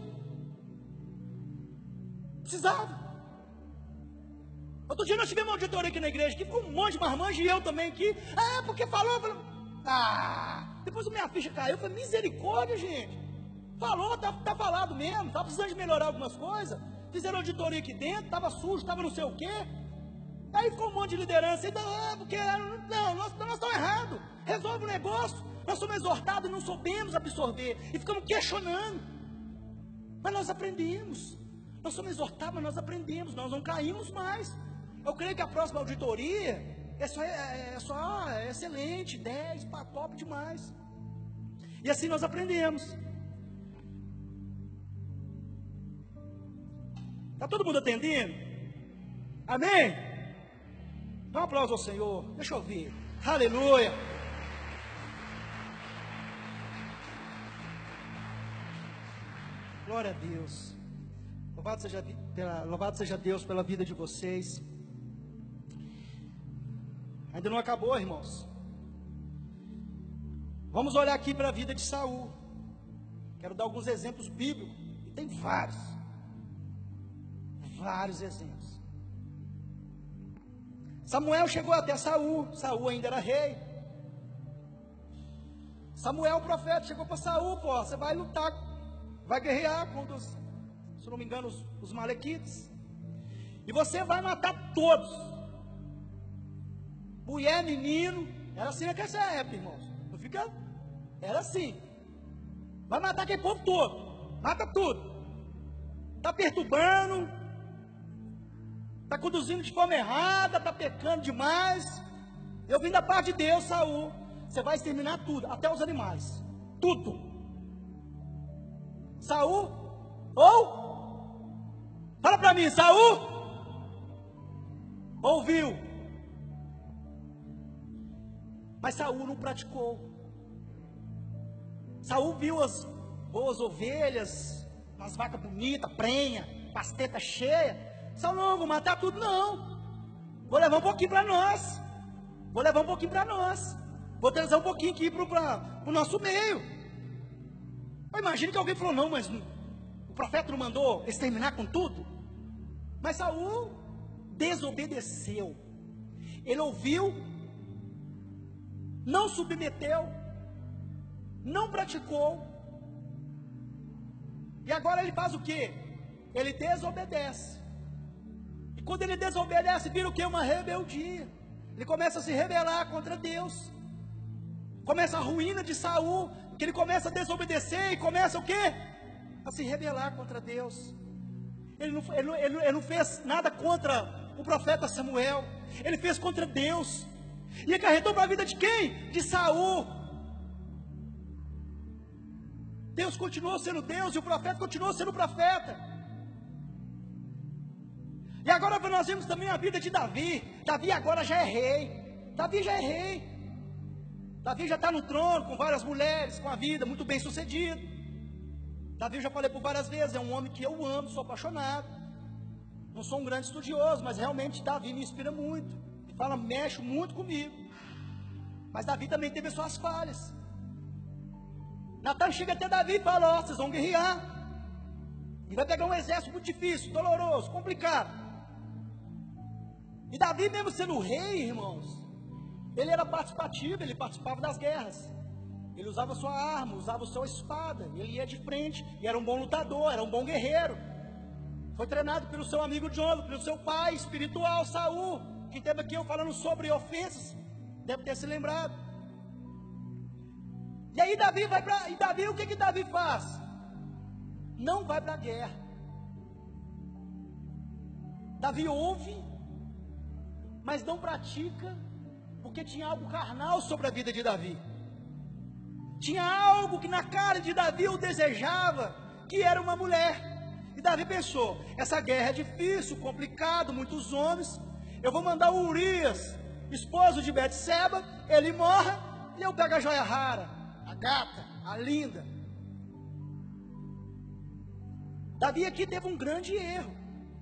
Precisava. Outro dia nós tivemos uma auditoria aqui na igreja, que ficou um monte de marmanjo e eu também aqui. Ah, porque falou. Depois a minha ficha caiu, eu falei, misericórdia, gente. Falou, tá falado mesmo, tá precisando de melhorar algumas coisas. Fizeram auditoria aqui dentro, estava sujo, estava não sei o quê. Aí ficou um monte de liderança. Então, porque não, nós estamos errados. Resolve o negócio. Nós somos exortados e não soubemos absorver. E ficamos questionando. Mas nós aprendemos. Nós somos exortados, mas nós aprendemos. Nós não caímos mais. Eu creio que a próxima auditoria é só excelente, 10, top demais. E assim nós aprendemos. Está todo mundo atendendo? Amém? Dá um aplauso ao Senhor. Deixa eu ver. Aleluia. Glória a Deus. Louvado seja Deus pela vida de vocês. Ainda não acabou, irmãos. Vamos olhar aqui para a vida de Saul. Quero dar alguns exemplos bíblicos. E tem vários. Vários exemplos. Samuel chegou até Saul. Saul ainda era rei. Samuel, o profeta, chegou para Saul. Pô, você vai lutar, vai guerrear contra os, se não me engano, os malequitas. E você vai matar todos. Mulher, menino. Era assim naquela época, irmãos. Não fica? Era assim. Vai matar aquele povo todo. Mata tudo. Está perturbando. Está conduzindo de forma errada. Está pecando demais. Eu vim da parte de Deus, Saul. Você vai exterminar tudo, até os animais. Tudo. Saul, fala para mim, Saul ouviu, mas Saul não praticou. Saul viu as boas ovelhas, umas vacas bonitas, prenha, pasteta cheia. Saul, não, vou matar tudo, não. Vou levar um pouquinho para nós. Vou trazer um pouquinho aqui para o nosso meio. Imagina que alguém falou, não, mas o profeta não mandou exterminar com tudo. Mas Saul desobedeceu. Ele ouviu, não submeteu, não praticou. E agora ele faz o quê? Ele desobedece. E quando ele desobedece, vira o quê? Uma rebeldia. Ele começa a se rebelar contra Deus. Começa a ruína de Saul, que ele começa a desobedecer e começa o quê? A se rebelar contra Deus. Ele não fez nada contra o profeta Samuel, ele fez contra Deus, e acarretou para a vida de quem? De Saul. Deus continuou sendo Deus e o profeta continuou sendo profeta. E agora nós vemos também a vida de Davi. Davi agora já é rei. Davi Davi já está no trono, com várias mulheres, com a vida, muito bem sucedido. Davi, eu já falei por várias vezes, é um homem que eu amo, sou apaixonado. Não sou um grande estudioso, mas realmente Davi me inspira muito. Fala, mexe muito comigo. Mas Davi também teve as suas falhas. Natan chega até Davi e fala, ó, vocês vão guerrear. E vai pegar um exército muito difícil, doloroso, complicado. E Davi, mesmo sendo rei, irmãos, ele era participativo, ele participava das guerras. Ele usava sua arma, usava sua espada, ele ia de frente, e era um bom lutador, era um bom guerreiro. Foi treinado pelo seu amigo Jonathan, pelo seu pai espiritual, Saul, que teve aqui eu falando sobre ofensas, deve ter se lembrado. E aí Davi vai para, e Davi, o que Davi faz? Não vai para a guerra. Davi ouve, mas não pratica, porque tinha algo carnal sobre a vida de Davi. Tinha algo que na cara de Davi o desejava, que era uma mulher. E Davi pensou, essa guerra é difícil, complicado, muitos homens, eu vou mandar o Urias, esposo de Betseba, ele morre, e eu pego a joia rara, a gata, a linda. Davi aqui teve um grande erro.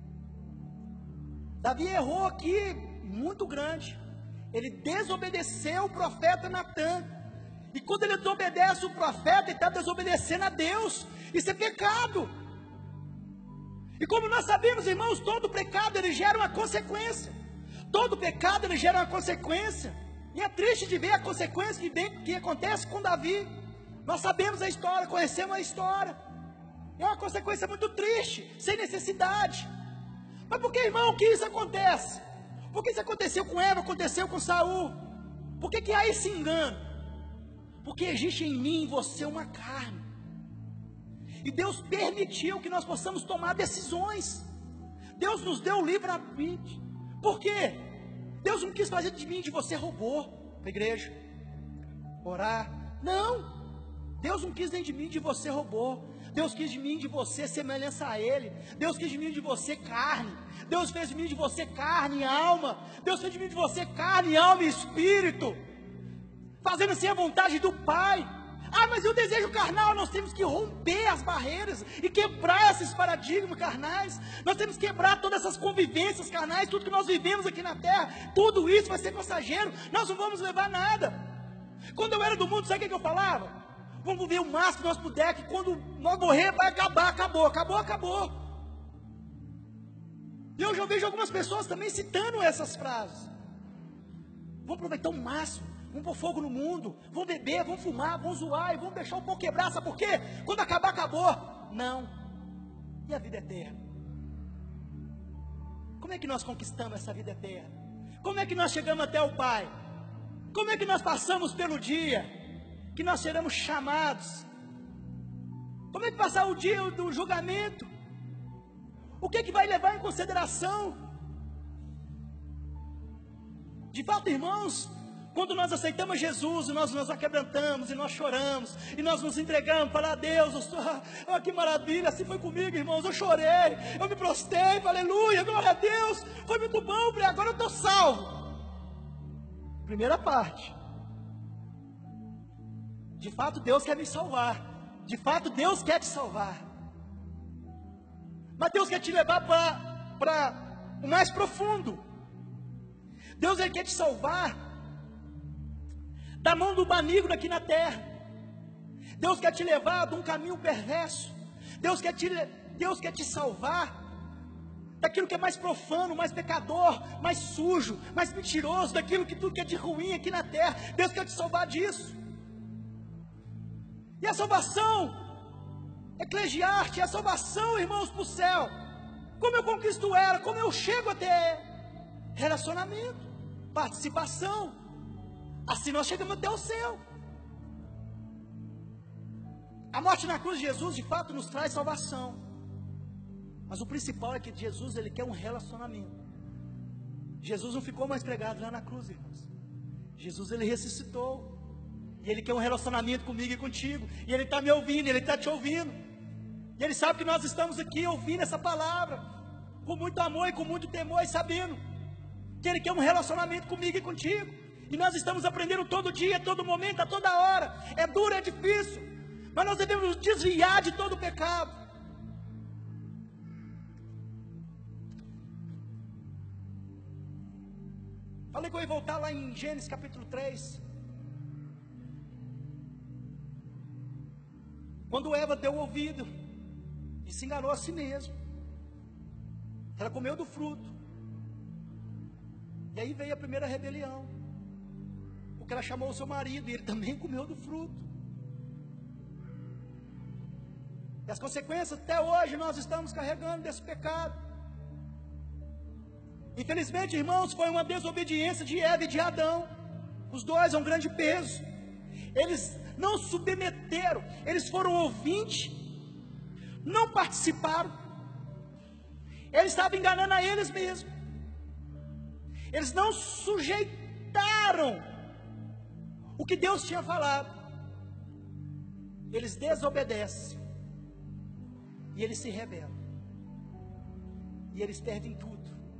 Davi errou aqui, muito grande. Ele desobedeceu o profeta Natan. E quando ele desobedece o profeta, ele está desobedecendo a Deus. Isso é pecado. E como nós sabemos, irmãos, todo pecado ele gera uma consequência. Todo pecado ele gera uma consequência. E é triste de ver a consequência que acontece com Davi. Nós sabemos a história, conhecemos a história. É uma consequência muito triste, sem necessidade. Mas por que, irmão, que isso acontece? Por que isso aconteceu com Eva, aconteceu com Saul? Por que há esse engano? Porque existe em mim e em você uma carne. E Deus permitiu que nós possamos tomar decisões. Deus nos deu o livre-arbítrio. Por quê? Deus não quis fazer de mim e de você robô para a igreja, orar. Não. Deus não quis nem de mim e de você robô. Deus quis de mim e de você semelhança a Ele. Deus quis de mim e de você carne. Deus fez de mim e de você carne e alma. Deus fez de mim e de você carne, alma e espírito. Fazendo assim a vontade do Pai. Ah, mas e o desejo carnal? Nós temos que romper as barreiras e quebrar esses paradigmas carnais. Nós temos que quebrar todas essas convivências carnais, tudo que nós vivemos aqui na terra. Tudo isso vai ser passageiro. Nós não vamos levar nada. Quando eu era do mundo, sabe o que eu falava? Vamos viver o máximo que nós puder, que quando nós morrer vai acabar, acabou. E hoje eu vejo algumas pessoas também citando essas frases. Vamos aproveitar o máximo, vamos pôr fogo no mundo, vamos beber, vamos fumar, vamos zoar e vamos deixar o pau quebrar, sabe por quê? Quando acabar, acabou. Não. E a vida eterna? Como é que nós conquistamos essa vida eterna? Como é que nós chegamos até o Pai? Como é que nós passamos pelo dia que nós seremos chamados? Como é que passar o dia do julgamento? O que vai levar em consideração? De fato, irmãos, quando nós aceitamos Jesus, nós nos aquebrantamos, e nós choramos, e nós nos entregamos, para Deus, que maravilha, assim foi comigo, irmãos, eu chorei, eu me prostei, aleluia, glória a Deus, foi muito bom, agora eu estou salvo. Primeira parte. De fato Deus quer me salvar. De fato Deus quer te salvar. Mas Deus quer te levar para o mais profundo. Deus ele quer te salvar da mão do maligno aqui na terra. Deus quer te levar de um caminho perverso. Deus quer te salvar daquilo que é mais profano, mais pecador, mais sujo, mais mentiroso, daquilo que tudo que é de ruim aqui na terra. Deus quer te salvar disso. E a salvação, Eclesiastes, a salvação, irmãos, para o céu. Como eu conquisto ela, como eu chego até relacionamento, participação. Assim nós chegamos até o céu. A morte na cruz de Jesus, de fato, nos traz salvação. Mas o principal é que Jesus, ele quer um relacionamento. Jesus não ficou mais pregado lá na cruz, irmãos. Jesus, ele ressuscitou. E Ele quer um relacionamento comigo e contigo. E Ele está me ouvindo, Ele está te ouvindo. E Ele sabe que nós estamos aqui ouvindo essa palavra com muito amor e com muito temor, e sabendo que Ele quer um relacionamento comigo e contigo. E nós estamos aprendendo todo dia, todo momento, a toda hora. É duro, é difícil, mas nós devemos nos desviar de todo o pecado. Falei que eu ia voltar lá em Gênesis capítulo 3. Quando Eva deu o ouvido e se enganou a si mesma, ela comeu do fruto. E aí veio a primeira rebelião, porque ela chamou o seu marido e ele também comeu do fruto. E as consequências até hoje nós estamos carregando desse pecado. Infelizmente, irmãos, foi uma desobediência de Eva e de Adão. Os dois é um grande peso. Eles não submeteram, eles foram ouvintes, não participaram. Eles estavam enganando a eles mesmos. Eles não sujeitaram o que Deus tinha falado. Eles desobedecem. E eles se rebelam. E eles perdem tudo.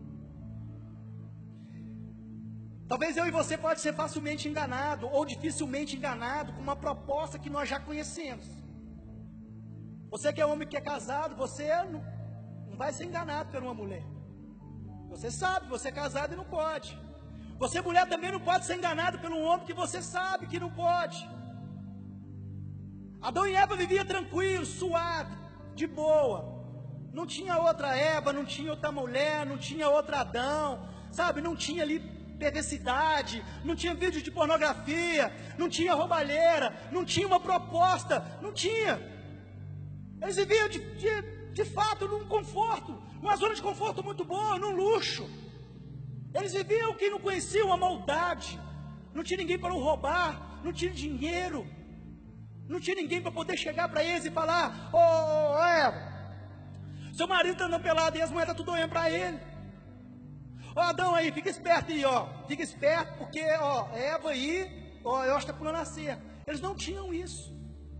Talvez eu e você pode ser facilmente enganado, ou dificilmente enganado, com uma proposta que nós já conhecemos. Você que é homem, que é casado, você não vai ser enganado por uma mulher. Você sabe, você é casado e não pode. Você, mulher, também não pode ser enganado por um homem que você sabe que não pode. Adão e Eva viviam tranquilos, suaves, de boa. Não tinha outra Eva, não tinha outra mulher, não tinha outro Adão, sabe? Não tinha ali perversidade, não tinha vídeo de pornografia, não tinha roubalheira, não tinha uma proposta, não tinha. Eles viviam de fato num conforto, numa zona de conforto muito boa, num luxo. Eles viviam que não conheciam a maldade, não tinha ninguém para roubar, não tinha dinheiro, não tinha ninguém para poder chegar para eles e falar: ô Eva, seu marido está andando pelado e as mulheres estão tudo olhando para ele. Ó Adão aí, fica esperto aí, ó, fica esperto, porque ó, Eva aí, ó, eu acho que está pulando a cerca. Eles não tinham isso.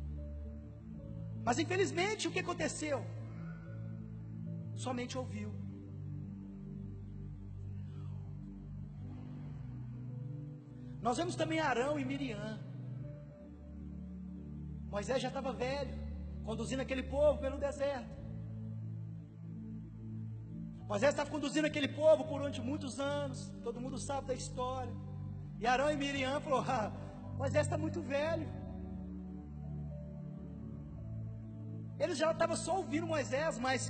Mas infelizmente o que aconteceu? Somente ouviu. Nós vemos também Arão e Miriam. Moisés já estava velho, conduzindo aquele povo pelo deserto. Moisés estava conduzindo aquele povo por muitos anos. Todo mundo sabe da história. E Arão e Miriam falaram: Moisés está muito velho. Eles já estavam só ouvindo Moisés, mas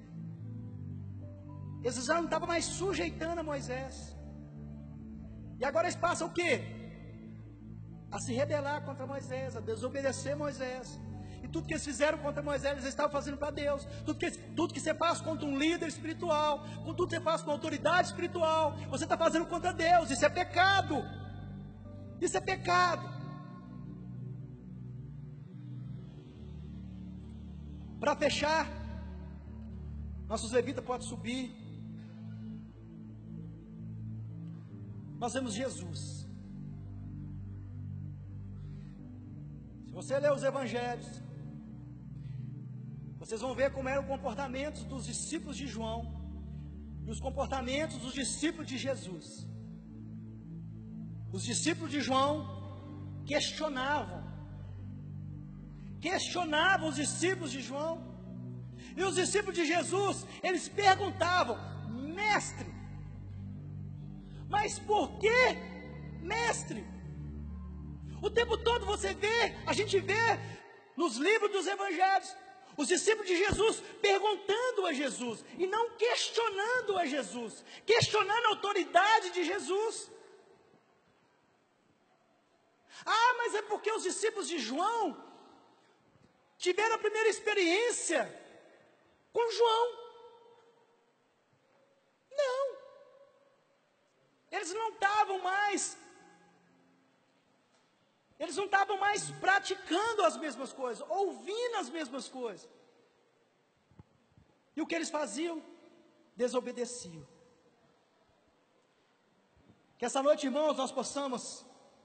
eles já não estavam mais sujeitando a Moisés. E agora eles passam o quê? A se rebelar contra Moisés, a desobedecer Moisés. E tudo que eles fizeram contra Moisés, eles estavam fazendo para Deus. Tudo que você faz contra um líder espiritual, com tudo que você faz com autoridade espiritual, você está fazendo contra Deus. Isso é pecado. Isso é pecado. Para fechar, nossos levitas podem subir. Nós vemos Jesus. Se você ler os evangelhos, vocês vão ver como eram os comportamentos dos discípulos de João e os comportamentos dos discípulos de Jesus. Os discípulos de João questionavam os discípulos de João. E os discípulos de Jesus, eles perguntavam: mestre, mas por que, mestre? O tempo todo a gente vê nos livros dos evangelhos, os discípulos de Jesus perguntando a Jesus e não questionando a Jesus, questionando a autoridade de Jesus. Mas é porque os discípulos de João tiveram a primeira experiência com João. Não. Eles não estavam mais praticando as mesmas coisas, ouvindo as mesmas coisas. E o que eles faziam? Desobedeciam. Que essa noite, irmãos, nós possamos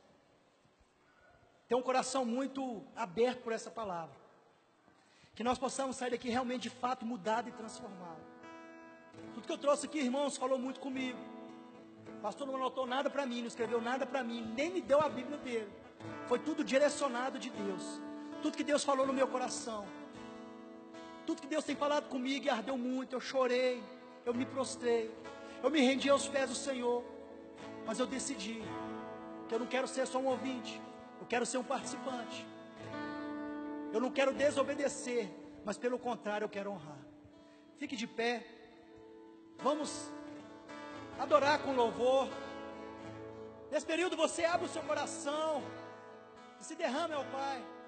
ter um coração muito aberto por essa palavra. Que nós possamos sair daqui realmente, de fato, mudado e transformado. Tudo que eu trouxe aqui, irmãos, falou muito comigo. O pastor não anotou nada para mim, não escreveu nada para mim, nem me deu a Bíblia dele. Foi tudo direcionado de Deus. Tudo que Deus falou no meu coração. Tudo que Deus tem falado comigo e ardeu muito. Eu chorei, eu me prostrei, eu me rendi aos pés do Senhor. Mas eu decidi que eu não quero ser só um ouvinte, eu quero ser um participante. Eu não quero desobedecer, mas pelo contrário eu quero honrar. Fique de pé. Vamos adorar com louvor. Nesse período você abre o seu coração e se derrame ao Pai.